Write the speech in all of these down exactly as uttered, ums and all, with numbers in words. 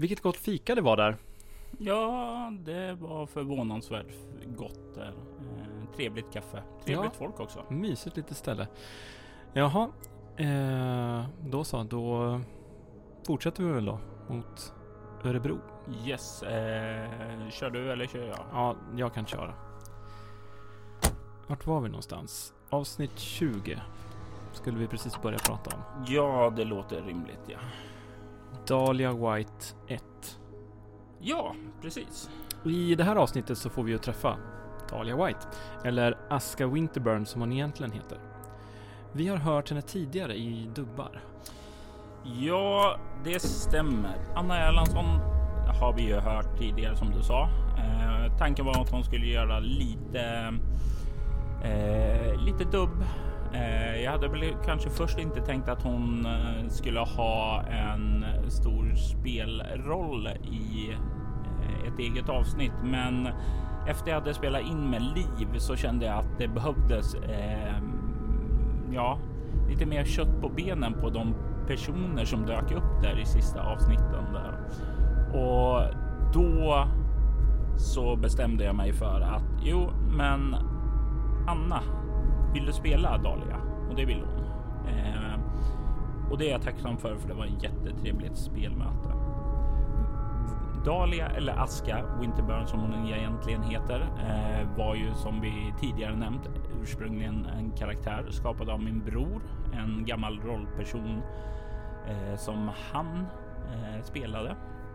Vilket gott fika det var där. Ja, det var förvånansvärt gott där. Eh, trevligt kaffe. Trevligt Ja. folk också. Mysigt lite ställe. Jaha, eh, då så. Då fortsätter vi väl då mot Örebro. Yes. Eh, kör du eller kör jag? Ja, jag kan köra. Vart var vi någonstans? Avsnitt tjugo skulle vi precis börja prata om. Ja, det låter rimligt, ja. Dahlia White ett. Ja, precis. I det här avsnittet så får vi ju träffa Dahlia White, eller Aska Winterburn som hon egentligen heter. Vi har hört henne tidigare i dubbar. Ja, det stämmer. Anna Erlandsson har vi ju hört tidigare som du sa. Eh, tanken var att hon skulle göra lite eh, lite dubb. Eh, jag hade väl kanske först inte tänkt att hon eh, skulle ha en stor spelroll i eh, ett eget avsnitt, men efter jag hade spelat in med Liv så kände jag att det behövdes eh, ja, lite mer kött på benen på de personer som dök upp där i sista avsnitten där. Och då så bestämde jag mig för att jo, men Anna, vill du spela Dahlia? Och det vill hon. Eh, och det är jag tacksam för, för det var ett jättetrevligt spelmöte. Dahlia, eller Aska Winterburn som hon egentligen heter, eh, var ju som vi tidigare nämnt ursprungligen en karaktär skapad av min bror, en gammal rollperson eh, som han eh, spelade.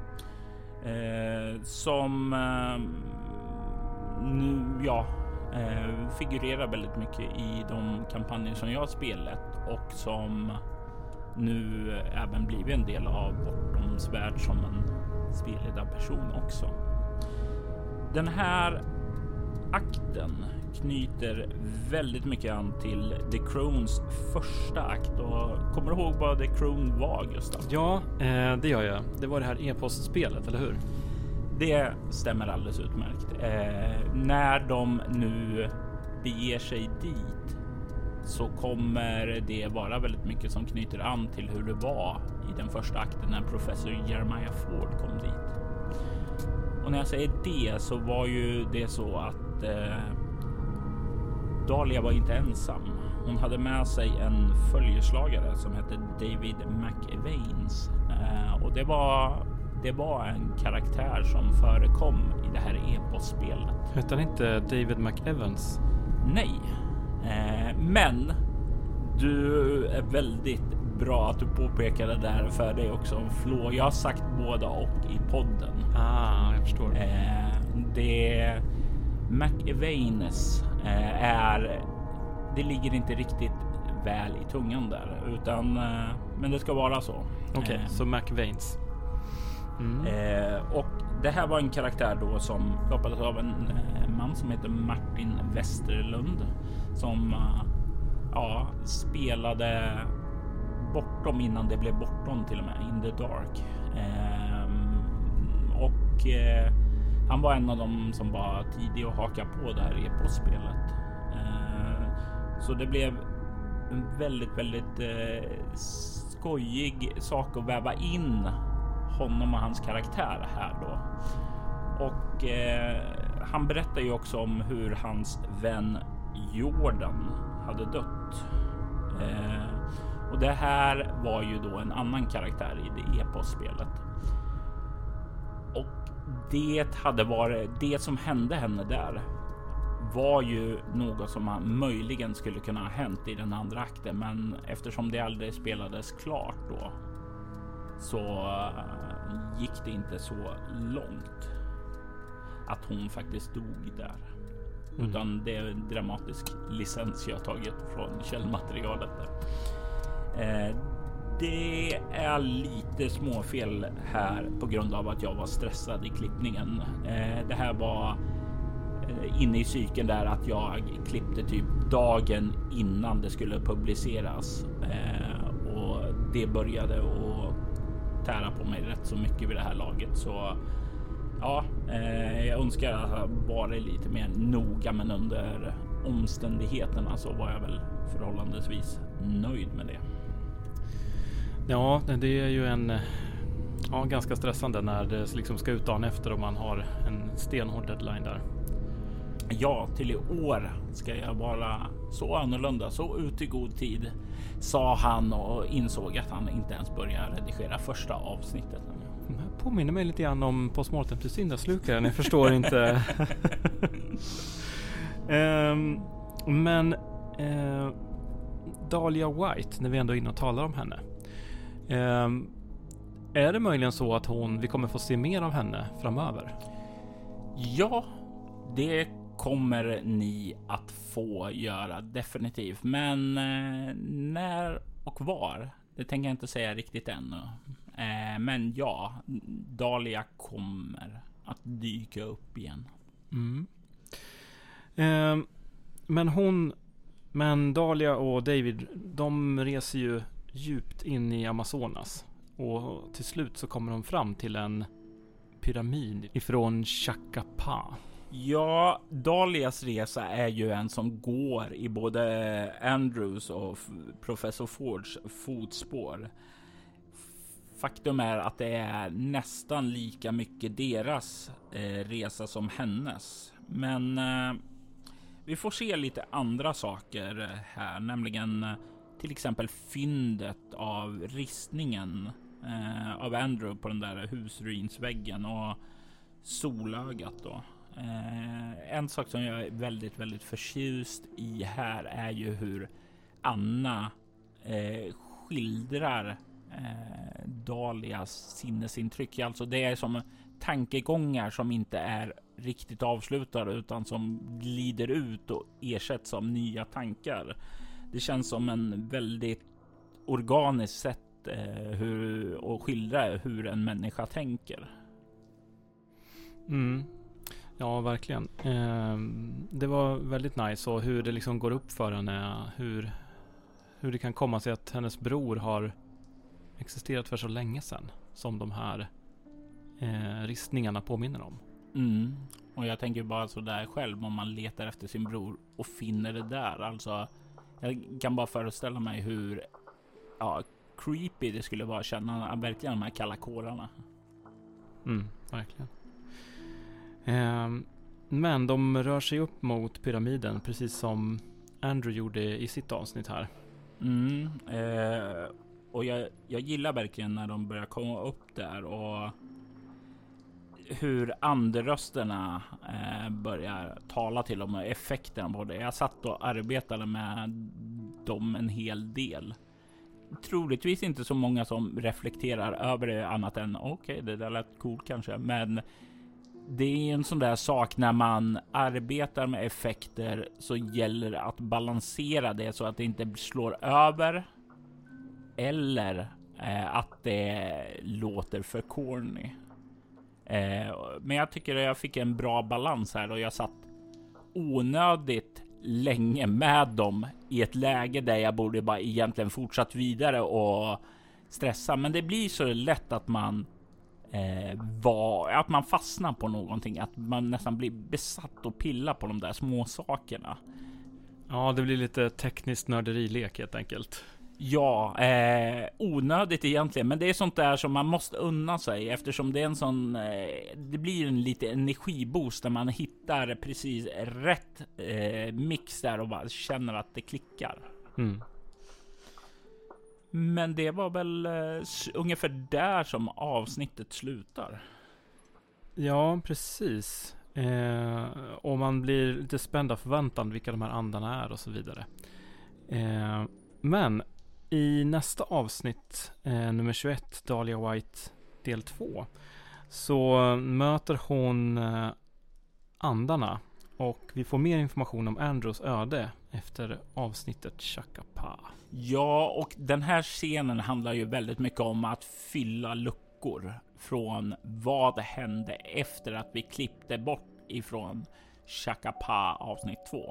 Eh, som eh, nu, ja, eh, figurerar väldigt mycket i de kampanjer som jag har spelat och som nu även blivit en del av Bortoms värld som en spelledad person också. Den här akten knyter väldigt mycket an till The Crowns första akt. Och kommer du ihåg vad The Crown var, Gustav? Ja, eh, det gör jag. Det var det här e-postspelet, eller hur? Det stämmer alldeles utmärkt. Eh, när de nu beger sig dit så kommer det vara väldigt mycket som knyter an till hur det var i den första akten när professor Jeremiah Ford kom dit. Och när jag säger det så var ju det så att eh, Dahlia var inte ensam. Hon hade med sig en följeslagare som hette David McEvains. Eh, och det var, det var en karaktär som förekom i det här e-postspelet. Hette han inte David McEvans? Nej. Eh, men du är väldigt bra att du påpekade där, för det är också en flå. Jag har sagt båda och i podden. Ah, jag förstår. Eh, det McEvains eh, är, det ligger inte riktigt väl i tungan där, utan eh, men det ska vara så. Okej, okay, eh, så McVains. Mm. Eh, och det här var en karaktär då som skapades av en eh, man som heter Martin Westerlund som uh, ja, spelade Bortom innan det blev Bortom, till och med In the Dark. Eh, och eh, han var en av dem som var tidig att haka på det här e-postspelet. Eh, så det blev en väldigt, väldigt eh, skojig sak att väva in honom och hans karaktär här då. Och eh, han berättar ju också om hur hans vän Jordan hade dött. Eh, och det här var ju då en annan karaktär i det e-postspelet. Och det hade varit det som hände henne där var ju något som man möjligen skulle kunna ha hänt i den andra akten, men eftersom det aldrig spelades klart då så uh, gick det inte så långt att hon faktiskt dog där. Mm. Utan det är en dramatisk licens jag tagit från källmaterialet där. Eh, det är lite småfel här på grund av att jag var stressad i klippningen. Eh, det här var eh, inne i cykeln där att jag klippte typ dagen innan det skulle publiceras. Eh, och det började att tära på mig rätt så mycket vid det här laget. Så ja, eh, jag önskar att jag varit lite mer noga, men under omständigheterna så var jag väl förhållandevis nöjd med det. Ja, det är ju en Ja, ganska stressande när det liksom ska ut dagen efter och man har en stenhård deadline där. Ja, till i år ska jag vara så annorlunda, så ut i god tid, sa han och insåg att han inte ens började redigera första avsnittet. Det påminner mig lite grann om Postmortem till syndaslukaren. Jag förstår inte. um, men uh, Dahlia White, när vi ändå är inne och talar om henne. Um, är det möjligen så att hon, vi kommer få se mer av henne framöver? Ja, det kommer ni att få göra definitivt. Men eh, när och var, det tänker jag inte säga riktigt ännu. Eh, men ja, Dahlia kommer att dyka upp igen. Mm. Eh, men hon, men Dahlia och David, de reser ju djupt in i Amazonas. Och till slut så kommer de fram till en pyramid ifrån Chacapa. Ja, Dahlias resa är ju en som går i både Andrews och professor Fords fotspår. Faktum är att det är nästan lika mycket deras eh, resa som hennes. Men eh, vi får se lite andra saker här, nämligen eh, till exempel fyndet av ristningen eh, av Andrew på den där husruinsväggen och solögat då. Eh, en sak som jag är väldigt, väldigt förtjust i här är ju hur Anna eh, skildrar eh, Dahlias sinnesintryck. Alltså det är som tankegångar som inte är riktigt avslutade utan som glider ut och ersätts av nya tankar. Det känns som en väldigt organiskt sätt eh, hur, att skildra hur en människa tänker. Mm. Ja, verkligen. Eh, det var väldigt nice och hur det liksom går upp för henne. Hur, hur det kan komma sig att hennes bror har existerat för så länge sedan som de här eh, ristningarna påminner om. Mm. Och jag tänker bara så där själv om man letar efter sin bror och finner det där. Alltså, jag kan bara föreställa mig hur ja, creepy det skulle vara att känna verkligen de här kalla kårarna. Mm, verkligen. Eh, men de rör sig upp mot pyramiden precis som Andrew gjorde i sitt avsnitt här. Mm, eh, och jag, jag gillar verkligen när de börjar komma upp där och hur anderrösterna eh, börjar tala till dem och effekterna på det. Jag satt och arbetade med dem en hel del. Troligtvis inte så många som reflekterar över det annat än okej, okay, det där lät coolt kanske, men det är en sån där sak när man arbetar med effekter så gäller det att balansera det så att det inte slår över eller eh, att det låter för corny. Eh, men jag tycker att jag fick en bra balans här och jag satt onödigt länge med dem i ett läge där jag borde bara egentligen fortsatt vidare och stressa. Men det blir så lätt att man eh, var, att man fastnar på någonting, att man nästan blir besatt och pilla på de där små sakerna. Ja, det blir lite tekniskt nörderilek helt enkelt. Ja, eh, onödigt egentligen, men det är sånt där som man måste unna sig eftersom det är en sån, eh, det blir en lite energiboost när man hittar precis rätt eh, mix där och bara känner att det klickar. Mm. Men det var väl eh, ungefär där som avsnittet slutar. Ja, precis. Eh, och man blir lite spänd av förväntan vilka de här andarna är och så vidare. Eh, men i nästa avsnitt, eh, nummer tjugoett, Dahlia White del två, så möter hon eh, andarna och vi får mer information om Andrews öde efter avsnittet Chacapa. Ja, och den här scenen handlar ju väldigt mycket om att fylla luckor från vad hände efter att vi klippte bort ifrån Chacapa avsnitt två.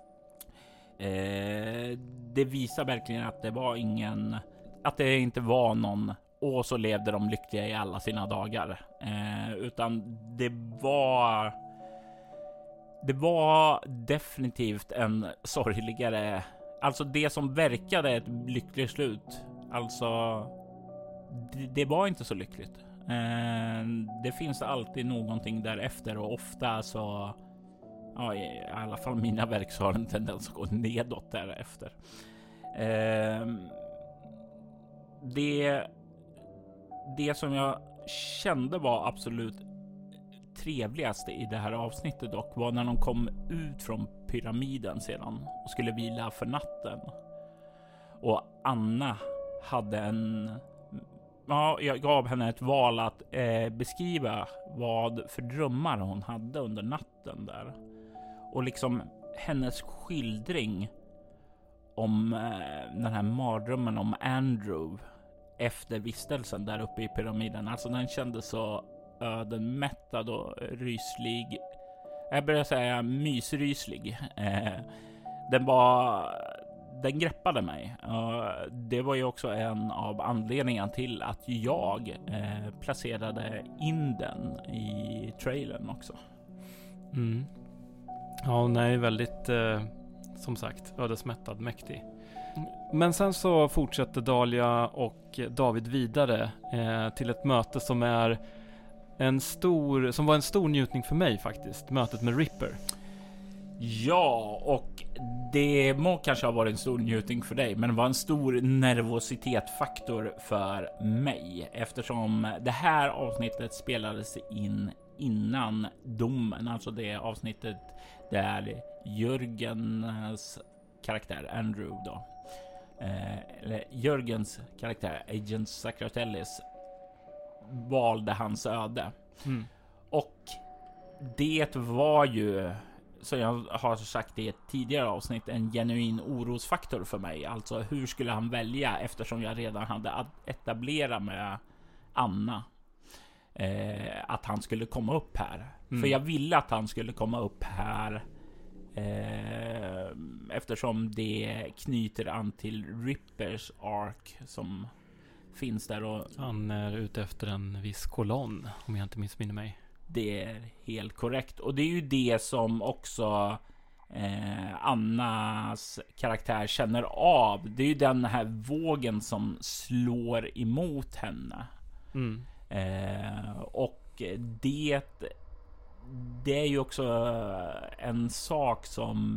Eh, det visar verkligen att det var ingen, att det inte var någon och så levde de lyckliga i alla sina dagar, eh, utan det var det var definitivt en sorgligare, alltså det som verkade ett lyckligt slut, alltså det, det var inte så lyckligt. Eh, det finns alltid någonting därefter och ofta så, ja, i alla fall mina verk så har en tendens att gå nedåt därefter. Eh, det, det som jag kände var absolut trevligaste i det här avsnittet dock var när de kom ut från pyramiden sedan och skulle vila för natten. Och Anna hade en... Ja, jag gav henne ett val att eh, beskriva vad för drömmar hon hade under natten där. Och liksom hennes skildring om eh, den här mardrömmen om Andrew efter vistelsen där uppe i pyramiden. Alltså den kändes så ödenmättad och ryslig. Jag börjar säga mysryslig. Eh, den var... Den greppade mig. Uh, det var ju också en av anledningarna till att jag eh, placerade in den i trailern också. Mm. Ja, hon är väldigt, eh, som sagt, ödesmättad, mäktig. Men sen så fortsätter Dahlia och David vidare eh, till ett möte som är en stor, som var en stor njutning för mig faktiskt. Mötet med Ripper. Ja, och det må kanske ha varit en stor njutning för dig, men det var en stor nervositetsfaktor för mig eftersom det här avsnittet spelades in innan domen, alltså det avsnittet där Jörgens karaktär Andrew då, eh, eller Jörgens karaktär Agent Sacratellis valde hans öde. Mm. Och det var ju, så jag har sagt i ett tidigare avsnitt, en genuin orosfaktor för mig. Alltså hur skulle han välja eftersom jag redan hade etablerat med Anna eh, att han skulle komma upp här. Mm. För jag ville att han skulle komma upp här eh, eftersom det knyter an till Rippers ark som finns där. Och han är ute efter en viss kolonn, om jag inte missminner mig. Det är helt korrekt. Och det är ju det som också eh, Annas karaktär känner av. Det är ju den här vågen som slår emot henne. Mm. Eh, och det, det är ju också en sak som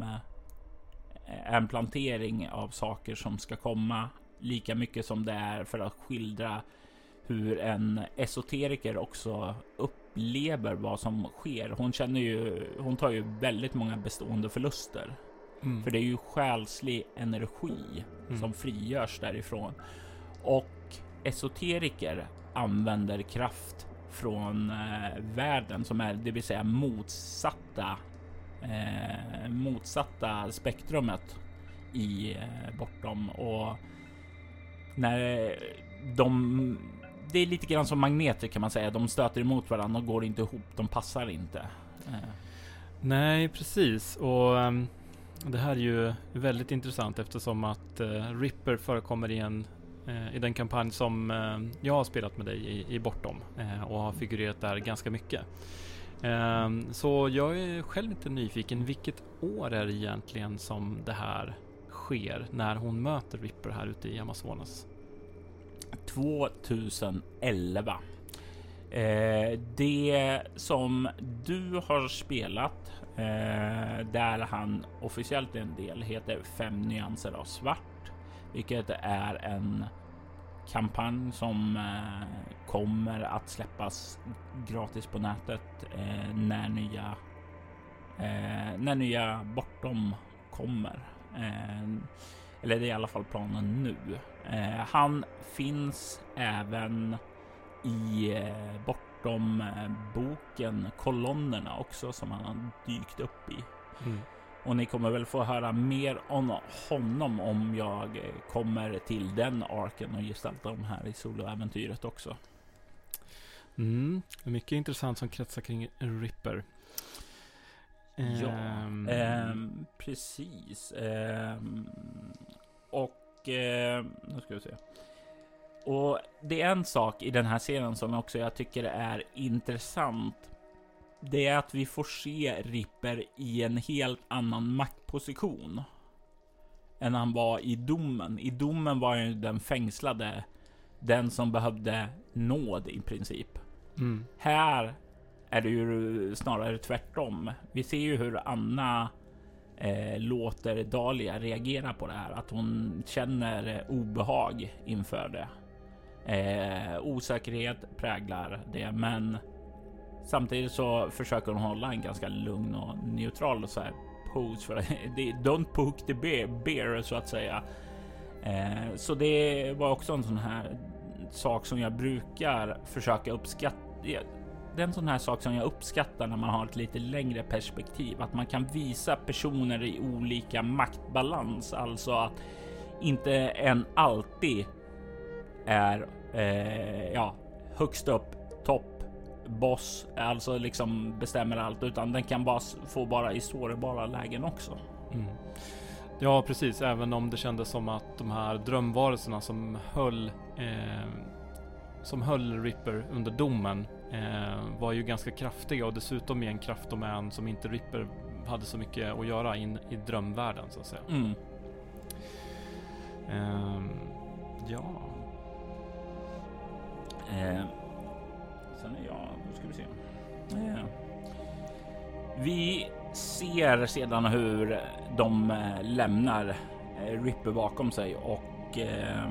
är en plantering av saker som ska komma lika mycket som det är för att skildra hur en esoteriker också upplever vad som sker. Hon känner ju, hon tar ju väldigt många bestående förluster. Mm. För det är ju själslig energi mm. som frigörs därifrån. Och esoteriker använder kraft från eh, världen som är, det vill säga motsatta eh, motsatta spektrumet i eh, bortom. Och när de, det är lite grann som magneter kan man säga. De stöter emot varandra och går inte ihop. De passar inte. Eh. Nej, precis. Och um, det här är ju väldigt intressant eftersom att uh, Ripper förekommer i, en, uh, i den kampanj som uh, jag har spelat med dig i, i Bortom uh, och har figurerat där ganska mycket. Uh, så jag är själv inte nyfiken. Vilket år är det egentligen som det här sker när hon möter Ripper här ute i Amazonas? tjugoelva. Eh, det som du har spelat eh, där han officiellt är en del heter Fem nyanser av svart, vilket är en kampanj som eh, kommer att släppas gratis på nätet eh, när nya eh, när nya Bortom kommer. Eh, eller det är i alla fall planen nu. Eh, han finns även i eh, Bortom eh, boken Kolonnerna också som han har dykt upp i. Mm. Och ni kommer väl få höra mer om honom om jag kommer till den arken och gestaltar dem här i soloäventyret också. Mm, mycket intressant som kretsar kring Ripper. Ja, um, um, precis. Um, och uh, nu ska vi se. Och det är en sak i den här serien som också jag tycker är intressant. Det är att vi får se Ripper i en helt annan maktposition än han var i domen. I domen var ju den fängslade den som behövde nåd i princip. Mm. Här är det ju snarare tvärtom. Vi ser ju hur Anna eh, låter Dahlia reagera på det här. Att hon känner obehag inför det. Eh, osäkerhet präglar det, men samtidigt så försöker hon hålla en ganska lugn och neutral och så här pose för det. Don't poke the bear, bear så att säga. Eh, så det var också en sån här sak som jag brukar försöka uppskatta. Det är en sån här sak som jag uppskattar när man har ett lite längre perspektiv. Att man kan visa personer i olika maktbalans. Alltså att inte en alltid är eh, ja, högst upp, topp, boss. Alltså liksom bestämmer allt. Utan den kan bara få bara i sårbara lägen också. Mm. Ja, precis. Även om det kändes som att de här drömvarelserna som höll eh, som höll Ripper under domen eh, var ju ganska kraftiga, och dessutom i en kraftdomän som inte Ripper hade så mycket att göra in i drömvärlden så att säga. Mm. Eh, ja. Eh, sen är jag, nu ska vi se. Eh. Vi ser sedan hur de eh, lämnar eh, Ripper bakom sig, och eh,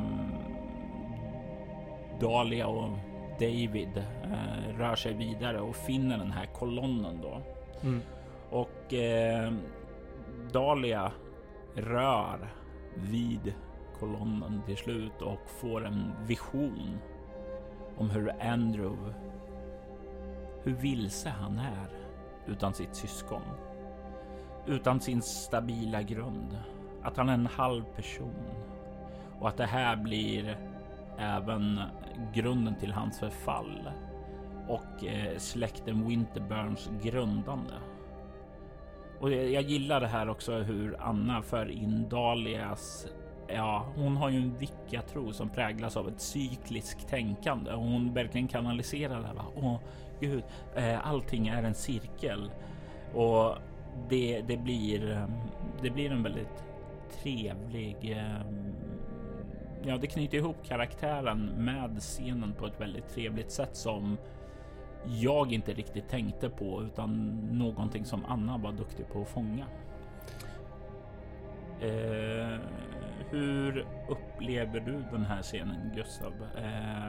Dahlia och David eh, rör sig vidare och finner den här kolonnen då. Mm. Och eh, Dahlia rör vid kolonnen till slut och får en vision om hur Andrew, hur vilse han är utan sitt syskon, utan sin stabila grund, att han är en halv person, och att det här blir även grunden till hans förfall och eh, släkten Winterburns grundande. Och jag, jag gillar det här också, hur Anna för in Dahlias, ja, hon har ju en vicka-tro som präglas av ett cykliskt tänkande, och hon verkligen kanaliserar det här. Åh gud, eh, allting är en cirkel, och det, det blir det blir en väldigt trevlig eh, ja, det knyter ihop karaktären med scenen på ett väldigt trevligt sätt som jag inte riktigt tänkte på, utan någonting som Anna var duktig på att fånga. Eh, hur upplever du den här scenen, Gustav? Eh,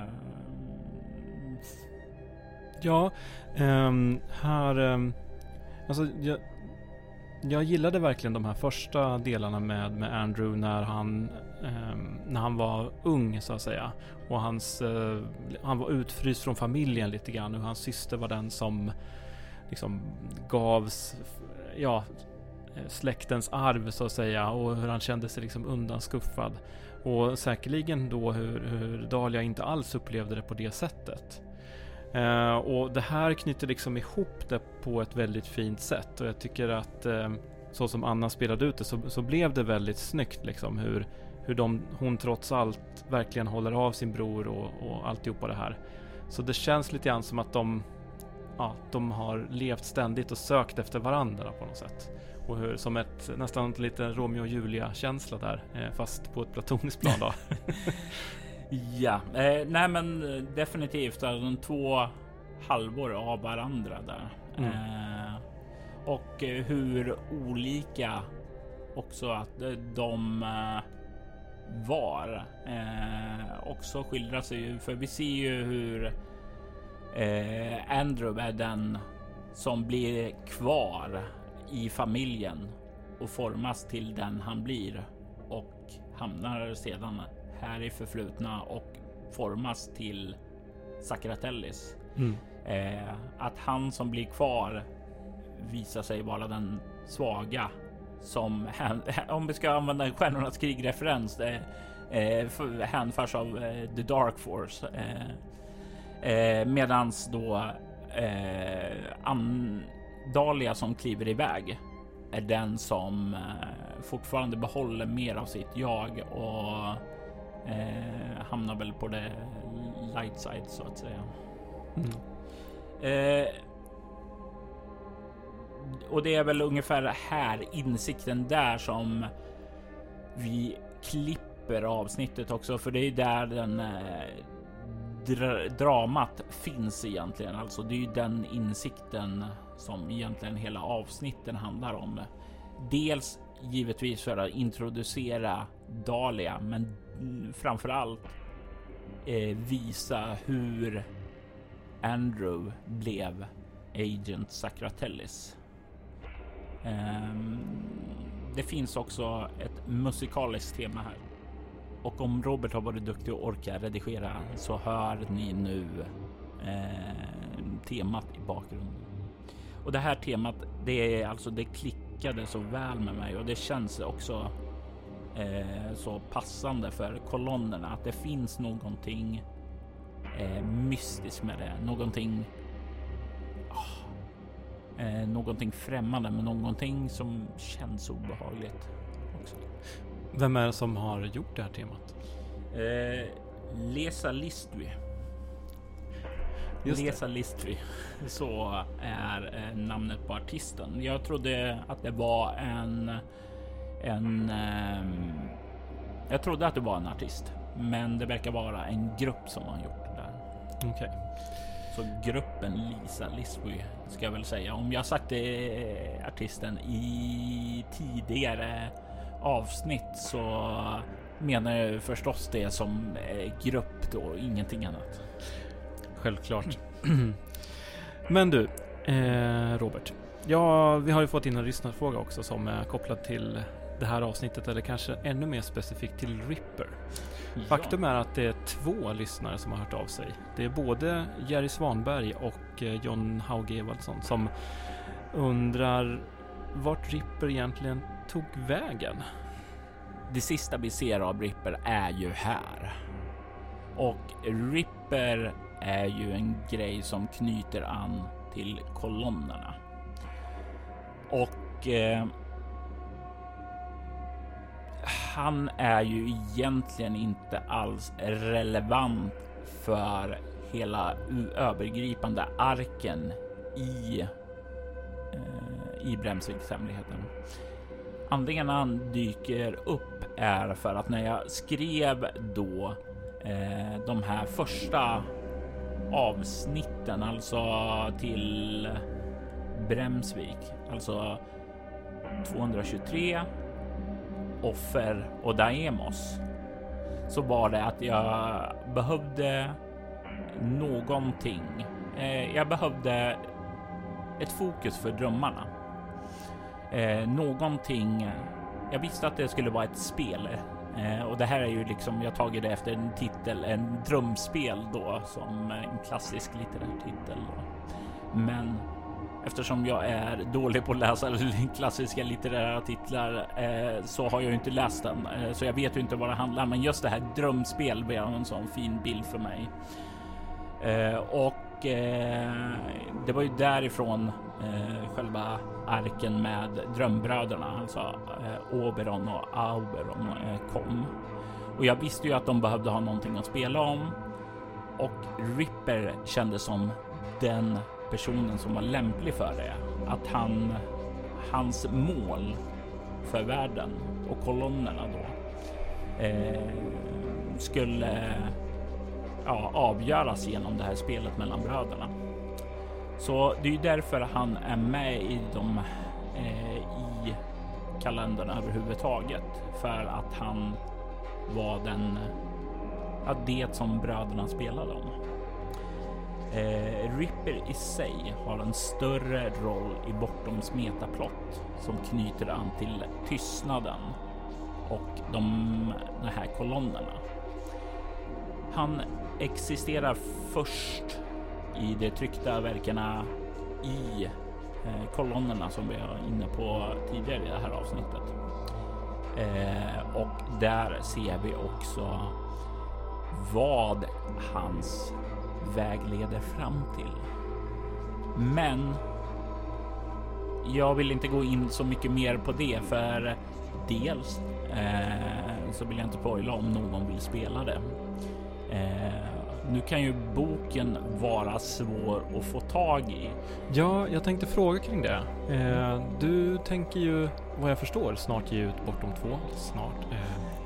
Ja, um, här um, alltså jag, jag gillade verkligen de här första delarna med, med Andrew när han um, när han var ung så att säga, och hans uh, han var utfryst från familjen lite grann, och hans syster var den som liksom gavs ja släktens arv så att säga, och hur han kände sig liksom undanskuffad, och säkerligen då hur, hur Dahlia inte alls upplevde det på det sättet. Uh, och det här knyter liksom ihop det på ett väldigt fint sätt, och jag tycker att uh, så som Anna spelade ut det så, så blev det väldigt snyggt liksom, hur, hur de, hon trots allt verkligen håller av sin bror och, och alltihopa det här. Så det känns lite grann som att de, ja, de har levt ständigt och sökt efter varandra på något sätt, och hur, som ett nästan lite Romeo och Julia känsla där, eh, fast på ett platoniskt plan då. Ja, eh, nej men definitivt är de två halvor av varandra där. Mm. Eh, och hur olika också att de eh, var eh, också skildrar sig ju, för vi ser ju hur eh, Andrew är den som blir kvar i familjen och formas till den han blir, och hamnar sedan här i förflutna och formas till Sacratellis. Mm. Eh, att han som blir kvar visar sig vara den svaga som, om vi ska använda en Stjärnornas krig-referens, eh, eh, hänförs av eh, The Dark Force. Eh, eh, medans då eh, An- Dahlia som kliver iväg är den som eh, fortfarande behåller mer av sitt jag och Eh, hamnar väl på det light side så att säga. Mm. Eh, och det är väl ungefär här insikten där som vi klipper Ripper-avsnittet också, för det är där den eh, dra- dramat finns egentligen. Alltså det är ju den insikten som egentligen hela avsnitten handlar om. Dels givetvis för att introducera Dahlia, men framförallt eh, visa hur Andrew blev Agent Sacratellis. Um, det finns också ett musikaliskt tema här. Och om Robert har varit duktig och orkar redigera så hör ni nu eh, temat i bakgrunden. Och det här temat, det är alltså, det klickade så väl med mig och det känns också eh, så passande för kolonnerna, att det finns någonting eh, mystiskt med det, någonting oh, eh, någonting främmande, men någonting som känns obehagligt också. Vem är det som har gjort det här temat? Eh, Lesa Listwy. Just Lesa Listwy. Så är eh, namnet på artisten. Jag trodde att det var en en eh, jag trodde att det var en artist, men det verkar vara en grupp som har gjort det där. Okej. Okay. Så gruppen Lesa Listwy ska jag väl säga. Om jag sagt det, artisten i tidigare avsnitt, så menar jag förstås det som grupp då, ingenting annat. Självklart. Men du, eh, Robert. Ja, vi har ju fått in en lyssnarfråga också som är kopplad till det här avsnittet, eller kanske ännu mer specifikt till Ripper. Ja. Faktum är att det är två lyssnare som har hört av sig. Det är både Jerry Svanberg och John Hauge Evaldsson som undrar vart Ripper egentligen tog vägen. Det sista vi ser av Ripper är ju här. Och Ripper är ju en grej som knyter an till kolonnerna. Och eh, han är ju egentligen inte alls relevant för hela övergripande arken i eh, i Bremsvikshemligheten. Anledningen han dyker upp är för att när jag skrev då eh, de här första avsnitten, alltså till Bremsvik, alltså tvåhundratjugotre, Offer och Daemos, så var det att jag behövde någonting. Eh, jag behövde ett fokus för drömmarna. Eh, någonting. Jag visste att det skulle vara ett spel. Eh, och det här är ju liksom, jag tagit det efter en titel, en drömspel då, som en klassisk litterär titel då. Men eftersom jag är dålig på att läsa klassiska litterära titlar eh, så har jag ju inte läst den. Eh, så jag vet ju inte vad det handlar om. Men just det här drömspel blev en sån fin bild för mig. Eh, och eh, det var ju därifrån eh, själva arken med drömbröderna, alltså eh, Oberon och Auberon eh, kom. Och jag visste ju att de behövde ha någonting att spela om. Och Ripper kändes som den personen som var lämplig för det. Att han, hans mål för världen och kolonnerna då eh, skulle ja, avgöras genom det här spelet mellan bröderna. Så det är ju därför han är med i de eh, i kalendern överhuvudtaget, för att han var den ja, det som bröderna spelade om. Eh, Ripper i sig har en större roll i Bortoms metaplott som knyter an till tystnaden och de, de här kolonnerna. Han existerar först i de tryckta verkerna i eh, kolonnerna som vi var inne på tidigare i det här avsnittet. Eh, och där ser vi också vad hans väg leder fram till. Men jag vill inte gå in så mycket mer på det, för dels eh, så vill jag inte spoila om någon vill spela det. Eh, nu kan ju boken vara svår att få tag i. Ja, jag tänkte fråga kring det. Eh, du tänker ju, vad jag förstår, snart ge ut Bortom två. Snart. Eh.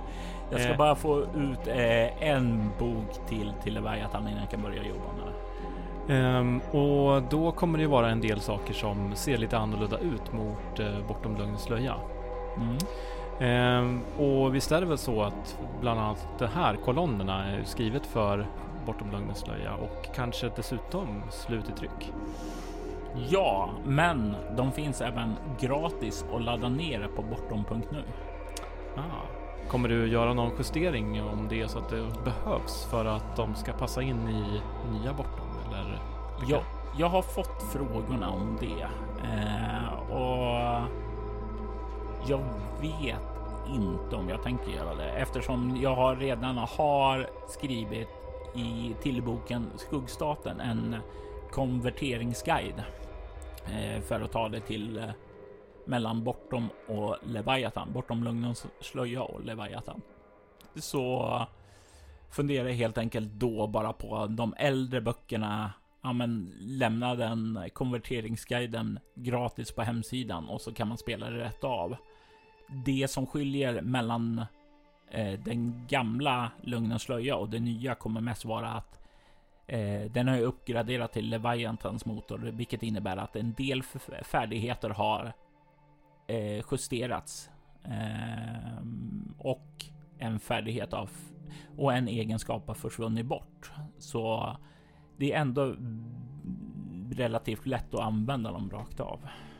Jag ska Eh. bara få ut eh, en bok till till Leviathan innan jag kan börja jobba med det. Um, och då kommer det ju vara en del saker som ser lite annorlunda ut mot uh, Bortom lögnens slöja. Mm. Um, och visst är det väl så att bland annat de här kolonnerna är skrivet för Bortom lögnens slöja och kanske dessutom slut i tryck. Ja, men de finns även gratis att ladda ner på bortom punkt nu. Ah. Kommer du göra någon justering om det är så att det behövs för att de ska passa in i nya Bortom? Eller? Jag, jag har fått frågorna om det eh, och jag vet inte om jag tänker göra det eftersom jag har redan har skrivit i till boken Skuggstaten en konverteringsguide eh, för att ta det till eh, mellan Bortom och Leviathan, Bortom lögnens slöja och Leviathan. Så funderar jag helt enkelt då bara på de äldre böckerna. Ja, men lämna den konverteringsguiden gratis på hemsidan och så kan man spela det rätt av. Det som skiljer mellan eh, den gamla lögnens slöja och det nya kommer mest vara att eh, den har uppgraderat till Leviathans motor, vilket innebär att en del färdigheter har eh, justerats eh, och en färdighet av och en egenskap har försvunnit bort. Så det är ändå relativt lätt att använda dem rakt av.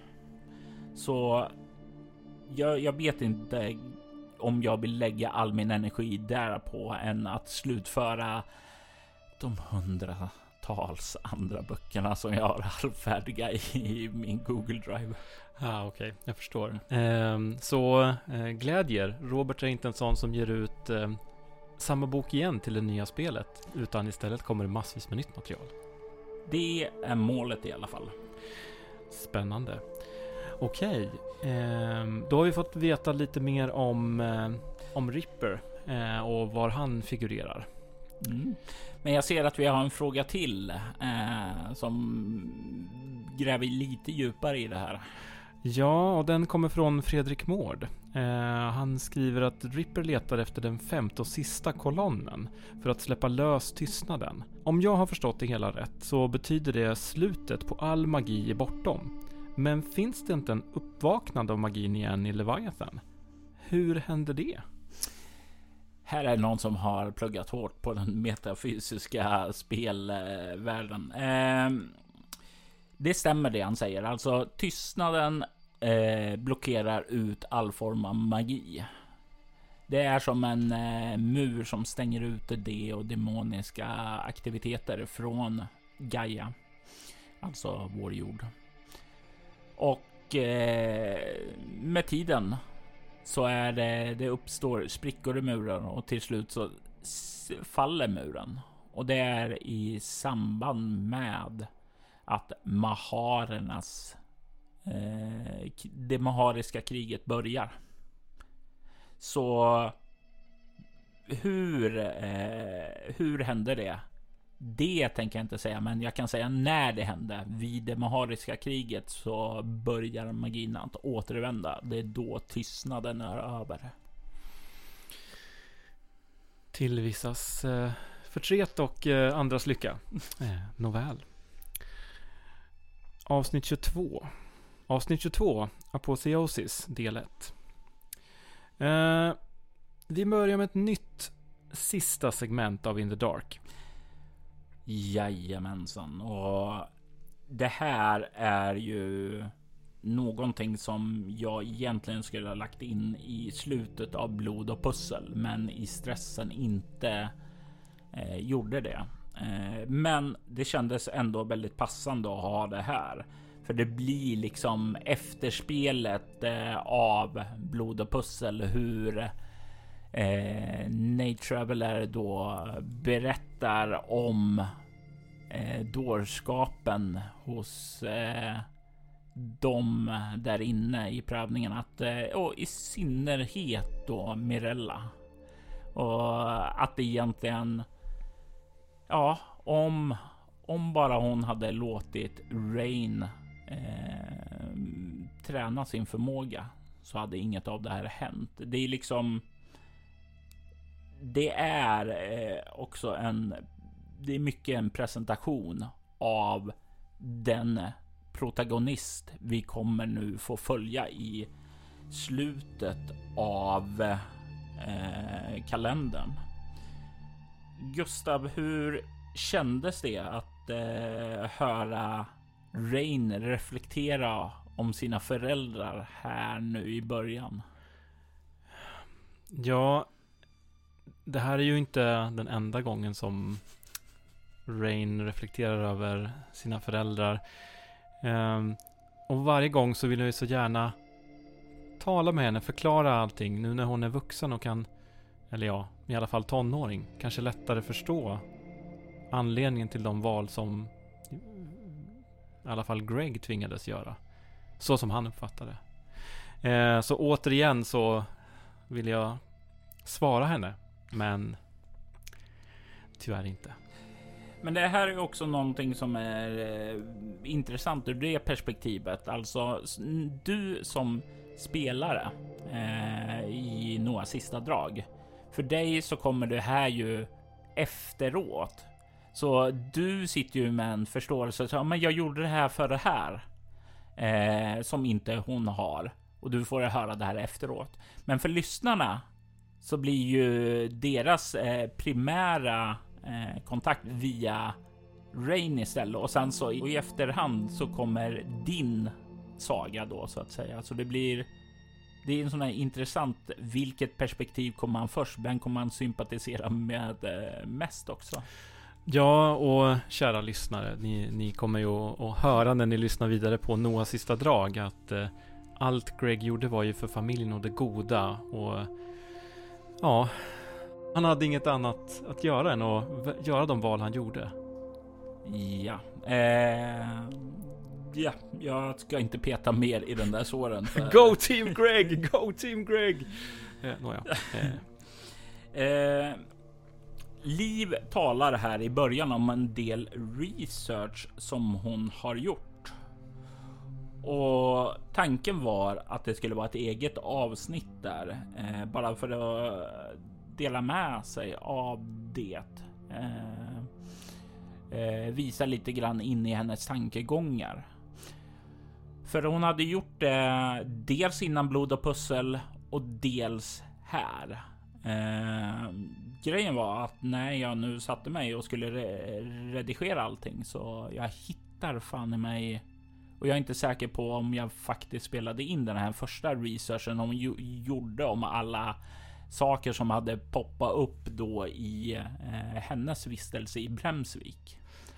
Så jag, jag vet inte om jag vill lägga all min energi där på än att slutföra de hundratals andra böckerna som jag har halvfärdiga i min Google Drive. Ja, ah, okej, okay. Jag förstår. Eh, så eh, glädjer. Robert är inte en sån som ger ut eh, samma bok igen till det nya spelet, utan istället kommer det massvis med nytt material. Det är målet i alla fall. Spännande. Okej, eh, då har vi fått veta lite mer om, eh, om Ripper eh, och var han figurerar. Mm. Men jag ser att vi har en fråga till eh, som gräver lite djupare i det här. Ja, och den kommer från Fredrik Mård. Eh, han skriver att Ripper letar efter den femte och sista kolonnen för att släppa lös tystnaden. Om jag har förstått det hela rätt så betyder det slutet på all magi i Bortom. Men finns det inte en uppvaknande av magin igen i Leviathan? Hur händer det? Här är någon som har pluggat hårt på den metafysiska spelvärlden. Eh, det stämmer det han säger. Alltså tystnaden eh, blockerar ut all form av magi. Det är som en eh, mur som stänger ute det och demoniska aktiviteter från Gaia. Alltså vår jord. Och eh, med tiden så är det, det uppstår sprickor i muren och till slut så faller muren. Och det är i samband med att maharernas eh, det mahariska kriget börjar. Så hur eh, hur händer det? Det tänker jag inte säga, men jag kan säga när det hände. Vid det mahariska kriget så börjar magin att återvända. Det är då tystnaden är över. Till vissas eh, förtret och eh, andras lycka. Eh, nåväl. Avsnitt tjugotvå. Avsnitt tjugotvå. Apotheosis, del ett. Eh, vi börjar med ett nytt sista segment av In the Dark. Jajamensan. Och det här är ju någonting som jag egentligen skulle ha lagt in i slutet av Blod och pussel, men i stressen inte eh, gjorde det. Eh, men det kändes ändå väldigt passande att ha det här. För det blir liksom efterspelet eh, av Blod och pussel, hur Eh, Nate Traveler då berättar om eh, dårskapen hos eh, dem där inne i prövningen, att eh, och i synnerhet då Mirella, och att det egentligen ja, om om bara hon hade låtit Rain eh, träna sin förmåga så hade inget av det här hänt. Det är liksom det är eh, också en det är mycket en presentation av den protagonist vi kommer nu få följa i slutet av eh, kalendern. Gustav, hur kändes det att eh, höra Rain reflektera om sina föräldrar här nu i början? Ja, det här är ju inte den enda gången som Rain reflekterar över sina föräldrar. Um, och varje gång så vill jag ju så gärna tala med henne, förklara allting nu när hon är vuxen och kan, eller ja, i alla fall tonåring, kanske lättare förstå anledningen till de val som i alla fall Greg tvingades göra. Så som han uppfattade. Uh, så återigen så vill jag svara henne, men tyvärr inte. Men det här är också någonting som är eh, intressant ur det perspektivet. Alltså du som spelare eh, i några sista drag. För dig så kommer det här ju efteråt. Så du sitter ju med en förståelse. Så, men jag gjorde det här för det här. Eh, som inte hon har. Och du får höra det här efteråt. Men för lyssnarna så blir ju deras eh, primära eh, kontakt via Rain istället. Och sen så och i efterhand så kommer din saga då så att säga. Så det blir det är en sån här intressant, vilket perspektiv kommer man först? Vem kommer man sympatisera med eh, mest också? Ja, och kära lyssnare, ni, ni kommer ju att, att höra när ni lyssnar vidare på Noahs sista drag att eh, allt Greg gjorde var ju för familjen och det goda. Och ja, han hade inget annat att göra än att v- göra de val han gjorde. Ja, eh, ja, jag ska inte peta mer i den där såren. För... Go Team Greg! Go Team Greg! Eh, nåja. Eh. eh, Liv talar här i början om en del research som hon har gjort. Och tanken var att det skulle vara ett eget avsnitt där. Eh, bara för att dela med sig av det. Eh, eh, visa lite grann in i hennes tankegångar. För hon hade gjort det dels innan Blod och pussel och dels här. Eh, grejen var att när jag nu satte mig och skulle re- redigera allting så jag hittar fan i mig, och jag är inte säker på om jag faktiskt spelade in den här första researchen hon ju- gjorde om alla saker som hade poppat upp då i eh, hennes vistelse i Bremsvik.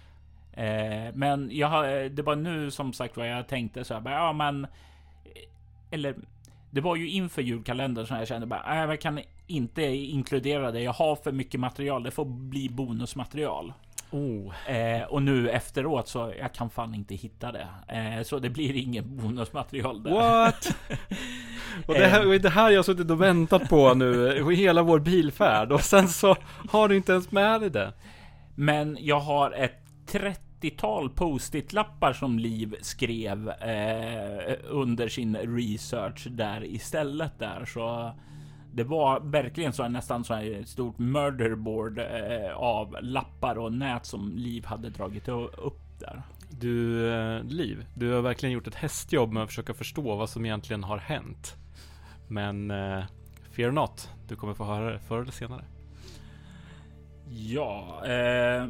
Eh, men jag, det var nu som sagt vad jag tänkte så här, bara, ja men eller det var ju inför julkalendern som jag kände bara, äh, jag kan inte inkludera det, jag har för mycket material, det får bli bonusmaterial. Oh. Eh, och nu efteråt så jag kan fan inte hitta det. Eh, så det blir ingen bonusmaterial där. What? Och det här, det här jag har suttit och väntat på nu i hela vår bilfärd och sen så har du inte ens med dig det. Men jag har ett trettiotal post-it-lappar som Liv skrev eh, under sin research där istället där, så det var verkligen så nästan så här ett stort murderboard eh, av lappar och nät som Liv hade dragit upp där. Du, eh, Liv, du har verkligen gjort ett hästjobb med att försöka förstå vad som egentligen har hänt. Men eh, fear not, du kommer få höra det förr eller senare. Ja, eh,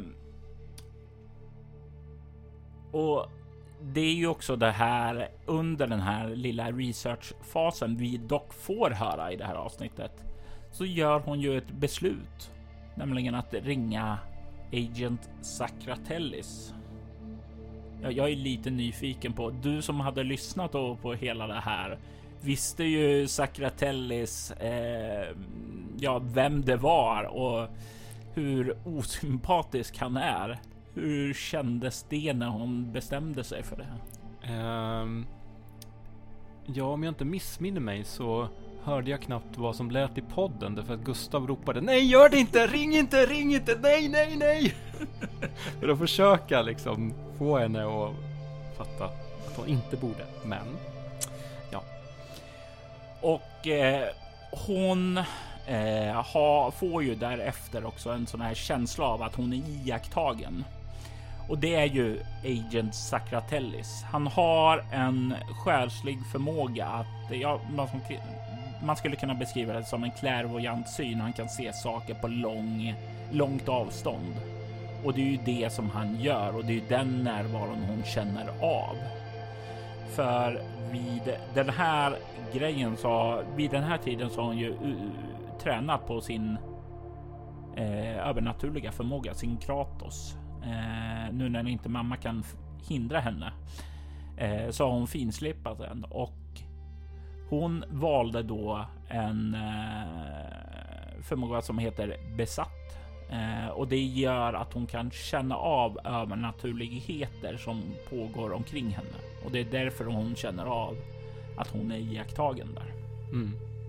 och det är ju också det här under den här lilla researchfasen vi dock får höra i det här avsnittet, så gör hon ju ett beslut, nämligen att ringa Agent Sacratellis. Jag, jag är lite nyfiken på, du som hade lyssnat då på hela det här, visste ju Sacratellis eh, ja, vem det var och hur osympatisk han är. Hur kändes det när hon bestämde sig för det här? Um, ja, om jag inte missminner mig så hörde jag knappt vad som lät i podden därför att Gustav ropade: nej, gör det inte, ring inte, ring inte, nej, nej, nej. För att försöka liksom få henne att fatta att hon inte borde, men ja. Och eh, hon eh, ha, får ju därefter också en sån här känsla av att hon är iakttagen. Och det är ju Agent Sacratellis. Han har en själslig förmåga att, ja, man, man skulle kunna beskriva det som en klärvoajant syn. Han kan se saker på lång, långt avstånd. Och det är ju det som han gör, och det är ju den närvaron hon känner av. För vid den här grejen så, vid den här tiden så har hon ju uh, tränat på sin eh, övernaturliga förmåga, sin Kratos. Eh, nu när inte mamma kan hindra henne eh, så har hon finslipat den, och hon valde då en eh, förmåga som heter besatt. Eh, och det gör att hon kan känna av övernaturligheter som pågår omkring henne. Och det är därför hon känner av att hon är iakttagen där. Mm.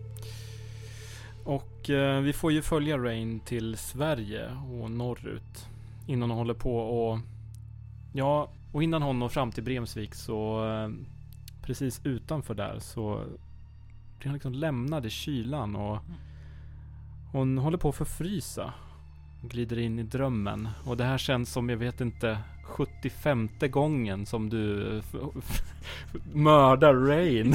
Och eh, vi får ju följa Rain till Sverige och norrut innan hon håller på och ja, och innan hon når fram till Bremsvik så eh, precis utanför där så blir hon liksom lämnad i kylan och hon håller på att förfrysa. Glider in i drömmen. Och det här känns som, jag vet inte, sjuttiofemte gången som du f- f- mördar Rain.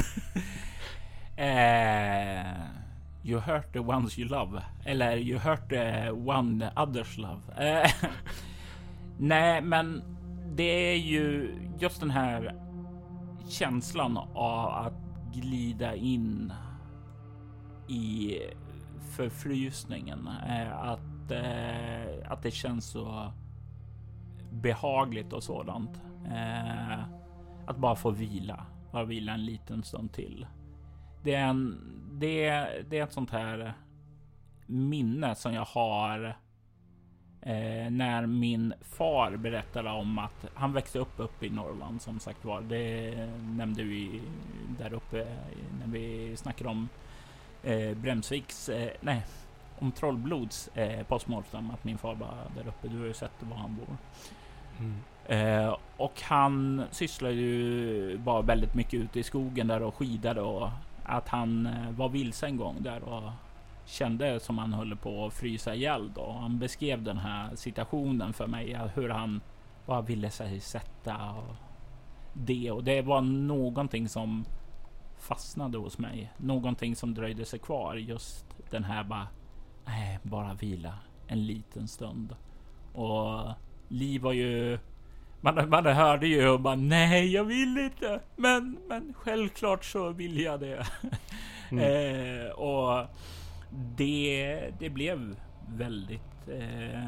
uh, you hurt the ones you love. Eller you hurt the one others love. Uh, nej, men det är ju just den här känslan av att glida in i förfrysningen. Uh, att Eh, att det känns så behagligt och sådant. Eh, att bara få vila. Bara vila en liten stund till. Det är, en, det, är, det är ett sånt här minne som jag har eh, när min far berättade om att han växte upp uppe i Norrland, som sagt var. Det nämnde vi där uppe när vi snackade om eh, Bremsviks... Eh, nej... om Trollblods eh, postmortem, att min far var där uppe. Du har ju sett var han bor. Mm. Eh, och han sysslar ju bara väldigt mycket ute i skogen där och skidade, och att han eh, var vilse en gång där och kände som han höll på att frysa ihjäl då. Han beskrev den här situationen för mig, hur han bara ville sig sätta och det, och det var någonting som fastnade hos mig. Någonting som dröjde sig kvar, just den här bara Nej, bara vila en liten stund. Och Liv var ju man, man hörde ju och bara nej, jag vill inte. Men, men självklart så vill jag det. Mm. eh, och det, det blev väldigt eh,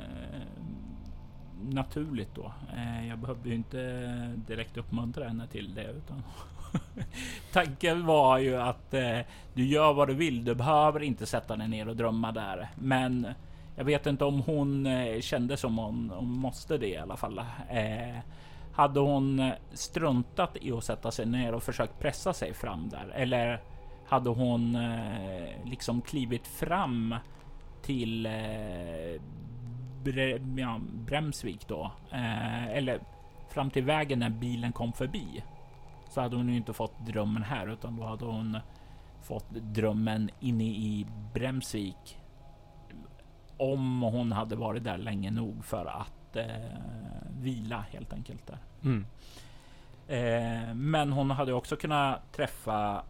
naturligt då. Eh, jag behövde ju inte direkt uppmuntra henne till det, utan tanken var ju att eh, du gör vad du vill. Du behöver inte sätta dig ner och drömma där. Men jag vet inte om hon eh, kände som hon, hon måste det i alla fall. Eh, hade hon struntat i att sätta sig ner och försökt pressa sig fram där? Eller hade hon eh, liksom klivit fram till eh, Bre, ja, Bremsvik då? Eh, eller fram till vägen när bilen kom förbi? Så hade hon ju inte fått drömmen här, utan då hade hon fått drömmen inne i Bremsvik, om hon hade varit där länge nog för att eh, vila helt enkelt där. Mm. Eh, men hon hade också kunnat träffa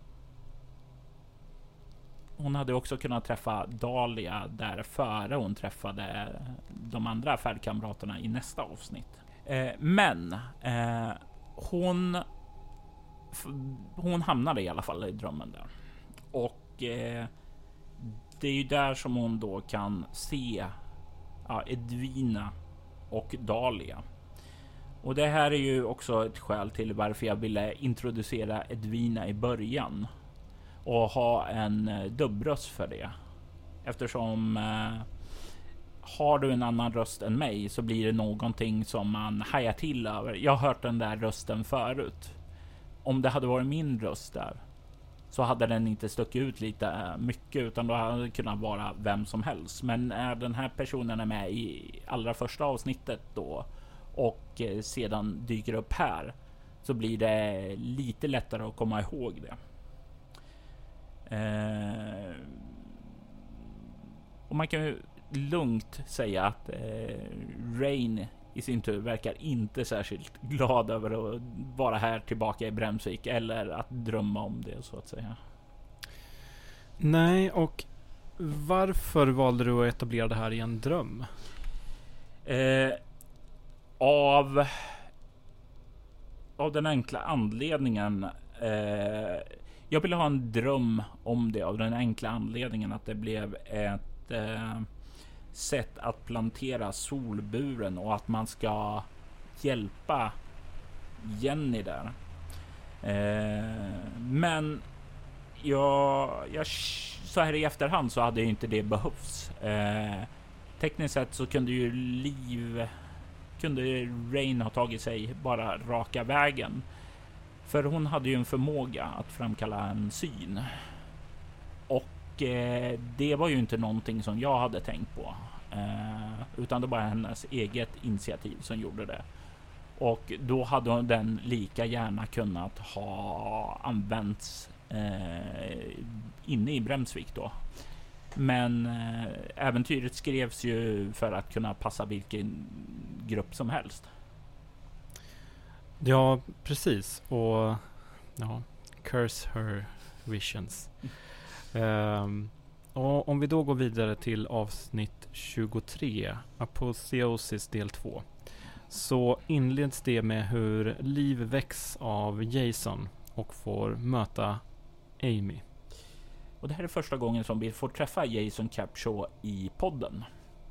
hon hade också kunnat träffa Dahlia där före hon träffade de andra färdkamraterna i nästa avsnitt. Eh, men eh, hon hon hamnade i alla fall i drömmen där. Och eh, det är ju där som hon då kan se ja, Edwina och Dahlia. Och det här är ju också ett skäl till varför jag ville introducera Edwina i början och ha en dubbröst för det. Eftersom eh, har du en annan röst än mig så blir det någonting som man hajar till över. Jag har hört den där rösten förut. Om det hade varit min röst där så hade den inte stuckit ut lite mycket, utan då hade det kunnat vara vem som helst. Men när den här personen är med i allra första avsnittet då och sedan dyker upp här, så blir det lite lättare att komma ihåg det. Eh, man kan ju lugnt säga att eh, Rain i sin tur verkar inte särskilt glad över att vara här tillbaka i Bremsvik eller att drömma om det så att säga. Nej, och varför valde du att etablera det här i en dröm? Eh, av av den enkla anledningen eh, jag ville ha en dröm om det av den enkla anledningen att det blev ett eh, sätt att plantera solburen och att man ska hjälpa Jenny där. Eh, men jag, jag så här i efterhand så hade ju inte det behövts. Eh, tekniskt sett så kunde ju Liv kunde Rain ha tagit sig bara raka vägen. För hon hade ju en förmåga att framkalla en syn. Och eh, det var ju inte någonting som jag hade tänkt på. Eh, utan det var hennes eget initiativ som gjorde det. Och då hade hon den lika gärna kunnat ha använts eh, inne i Bremsvik då. Men eh, äventyret skrevs ju för att kunna passa vilken grupp som helst. Ja, precis. Och ja, curse her visions. Mm. Um, och om vi då går vidare till avsnitt tjugotre, Apotheosis del två, så inleds det med hur Liv väcks av Jason och får möta Amy. Och det här är första gången som vi får träffa Jason Capshaw i podden.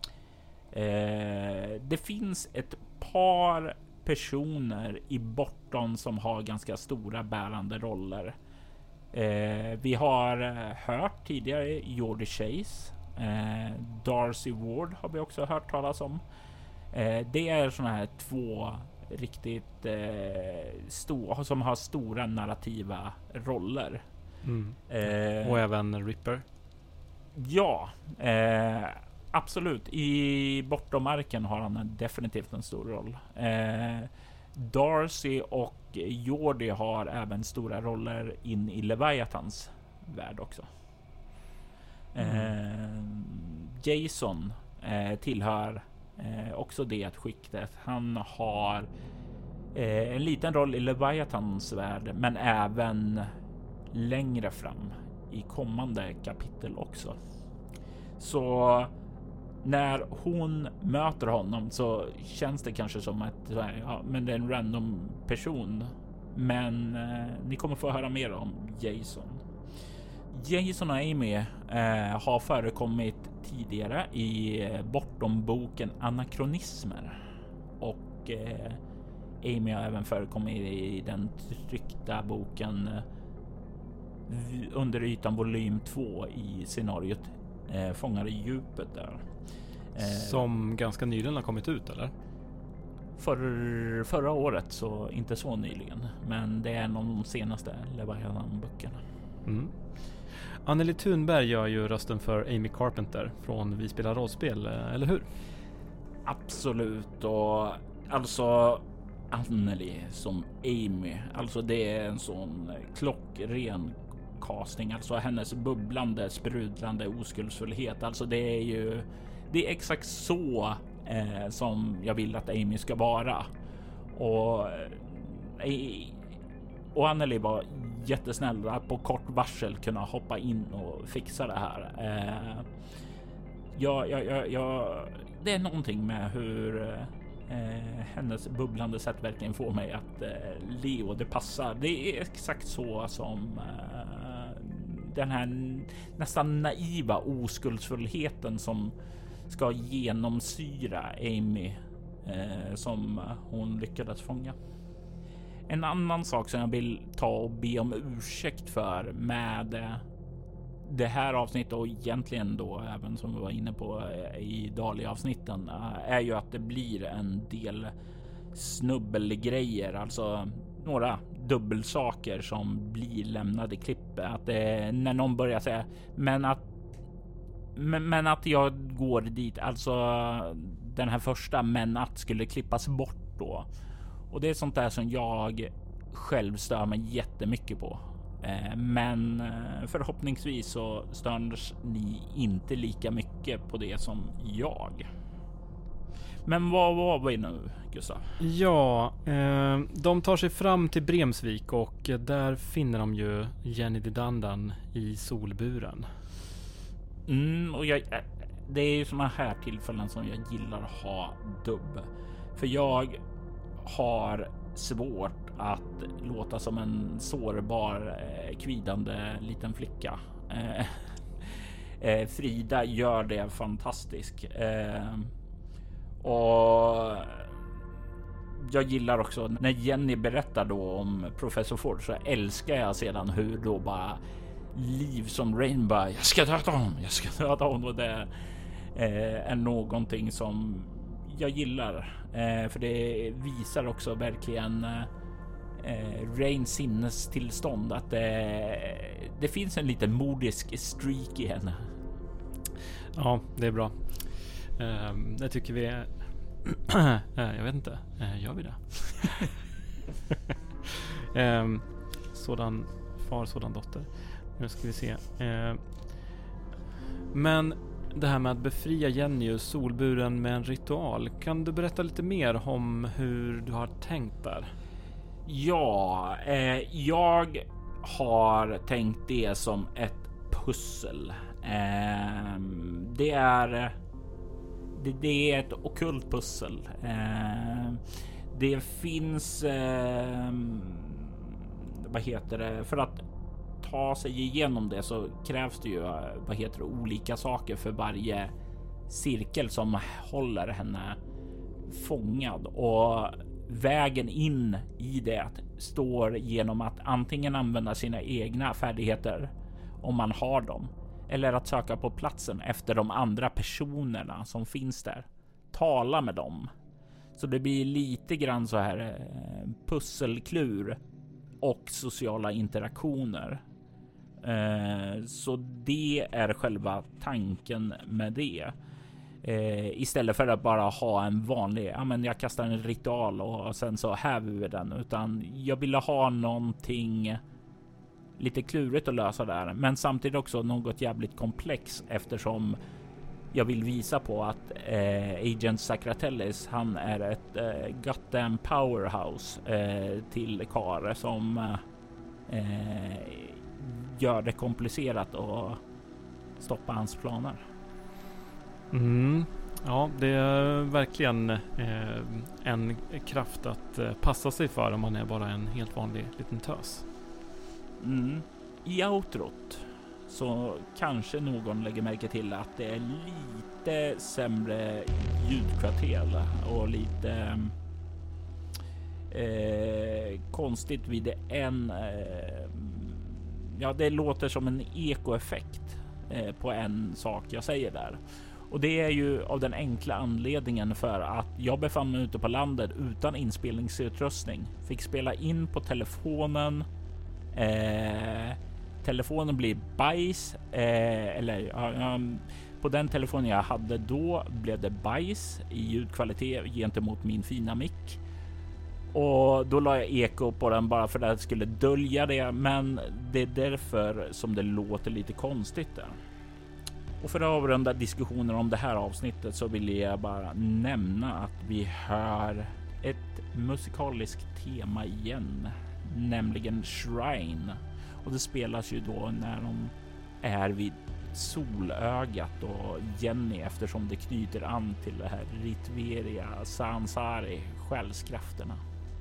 Eh, det finns ett par personer i Bortom som har ganska stora bärande roller. Eh, vi har hört tidigare Jordy Chase. Eh, Darcy Ward har vi också hört talas om. Eh, det är såna här två riktigt eh, stora som har stora narrativa roller. Mm. Eh, och även Ripper. Ja, eh, absolut. I Bortomarken har han definitivt en stor roll. Eh, Darcy och Jordy har även stora roller in i Leviathans värld också. Mm. Eh, Jason eh, tillhör eh, också det skiktet. Han har eh, en liten roll i Leviathans värld, men även längre fram i kommande kapitel också. Så när hon möter honom så känns det kanske som att ja, men det är en random person. Men eh, ni kommer få höra mer om Jason. Jason och Amy eh, har förekommit tidigare i eh, Bortom-boken Anakronismer. Och eh, Amy har även förekommit i den tryckta boken eh, Under ytan volym två i scenariot eh, Fångar i djupet där. Eh, Som ganska nyligen har kommit ut, eller? För, förra året, så inte så nyligen. Men det är en av de senaste Leviathan-böckerna. Mm. Anneli Thunberg gör ju rösten för Amy Carpenter från Vi spelar rollspel, eller hur? Absolut. Och alltså Anneli som Amy, alltså det är en sån klockren casting. Alltså hennes bubblande, sprudlande oskuldsfullhet. Alltså det är ju det är exakt så eh, som jag vill att Amy ska vara. Och eh, och Anneli var jättesnäll att på kort varsel kunna hoppa in och fixa det här. Eh, ja, ja, ja, ja, det är någonting med hur eh, hennes bubblande sätt verkligen får mig att eh, le, och det passar. Det är exakt så som eh, den här nästan naiva oskuldsfullheten som ska genomsyra Amy eh, som hon lyckades fånga. En annan sak som jag vill ta och be om ursäkt för med eh, det här avsnittet, och egentligen då även som vi var inne på eh, i Dahlia-avsnitten, eh, är ju att det blir en del snubbelgrejer, alltså några dubbelsaker som blir lämnade i klippet. Att det, när någon börjar säga men att men, men att jag går dit, alltså den här första men att skulle klippas bort då. Och det är sånt där som jag själv stör mig jättemycket på. Eh, men eh, förhoppningsvis så störs ni inte lika mycket på det som jag. Men vad var vi nu, Gustav? Ja, eh, de tar sig fram till Bremsvik och där finner de ju Jenny Didandan i solburen. Mm, och jag, det är ju såna här tillfällen som jag gillar att ha dubb. För jag har svårt att låta som en sårbar, eh, kvidande liten flicka. Eh, eh, Frida gör det fantastiskt. Eh, och jag gillar också när Jenny berättar då om professor Ford, så älskar jag sedan hur då bara liv som Rainbow. Jag ska döda honom, jag ska döda honom. Och det eh, är någonting som jag gillar. Eh, för det visar också verkligen eh, Rains sinnestillstånd. Att eh, det finns en liten modisk streak i henne. Ja, det är bra. Eh, det tycker vi är... jag vet inte. Eh, gör vi det? eh, sådan far, sådan dotter. Nu ska vi se. Eh, men det här med att befria Jenny ur solburen med en ritual. Kan du berätta lite mer om hur du har tänkt där? Ja, eh, jag har tänkt det som ett pussel. Eh, det är det, det är ett ockult pussel. Eh, det finns eh, vad heter det, för att ta sig igenom det så krävs det ju vad heter det, olika saker för varje cirkel som håller henne fångad, och vägen in i det står genom att antingen använda sina egna färdigheter om man har dem, eller att söka på platsen efter de andra personerna som finns där. Tala med dem. Så det blir lite grann så här eh, pusselklur och sociala interaktioner. Eh, så det är själva tanken med det. Eh, istället för att bara ha en vanlig, ja men jag kastar en ritual och sen så häver vi den. Utan jag ville ha någonting lite klurigt att lösa där. Men samtidigt också något jävligt komplex, eftersom jag vill visa på att eh, Agent Sacratellis, han är ett eh, goddamn powerhouse eh, till Kare som eh, gör det komplicerat att stoppa hans planer. Mm. Ja, det är verkligen eh, en kraft att eh, passa sig för om man är bara en helt vanlig liten tös. Mm. I outrot så kanske någon lägger märke till att det är lite sämre ljudkvalitet och lite eh, konstigt vid en eh, ja, det låter som en ekoeffekt eh, på en sak jag säger där. Och det är ju av den enkla anledningen för att jag befann mig ute på landet utan inspelningsutrustning. Fick spela in på telefonen. Eh, telefonen blir bajs. Eh, eller um, på den telefonen jag hade då blev det bajs i ljudkvalitet gentemot min fina mick. Och då la jag eko på den bara för att det skulle dölja det. Men det är därför som det låter lite konstigt där. Och för att avrunda diskussioner om det här avsnittet så vill jag bara nämna att vi hör ett musikaliskt tema igen, nämligen Shrine. Och det spelas ju då när de är vid solögat och Jenny, eftersom det knyter an till det här Ritveria Sansari, själskrafterna.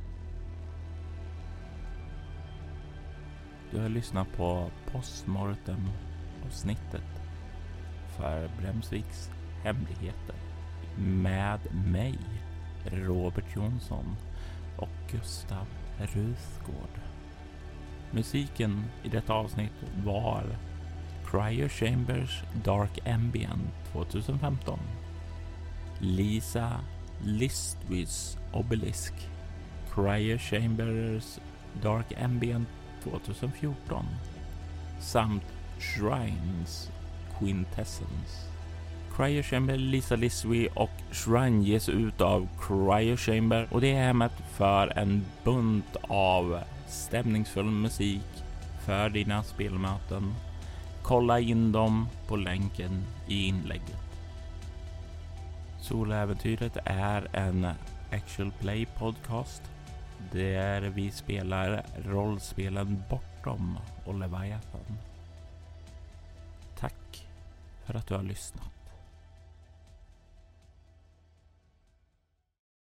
Du har lyssnat på Postmortem avsnittet för Bremsviks hemligheter med mig, Robert Jonsson och Gustav Rusgård. Musiken i detta avsnitt var Cryo Chambers Dark Ambient tjugohundrafemton, Lisa Listwys Obelisk Cryo Chambers Dark Ambient tjugohundrafjorton samt Shrines Quintessence. Cryo Chamber, Lisa Listwy och Shrine ges ut av Cryo Chamber och det är hemmet för en bunt av stämningsfull musik för dina spelmöten. Kolla in dem på länken i inlägget. Soläventyret är en actual play podcast där vi spelar rollspelen Bortom och Leviathan. Tack för att du har lyssnat.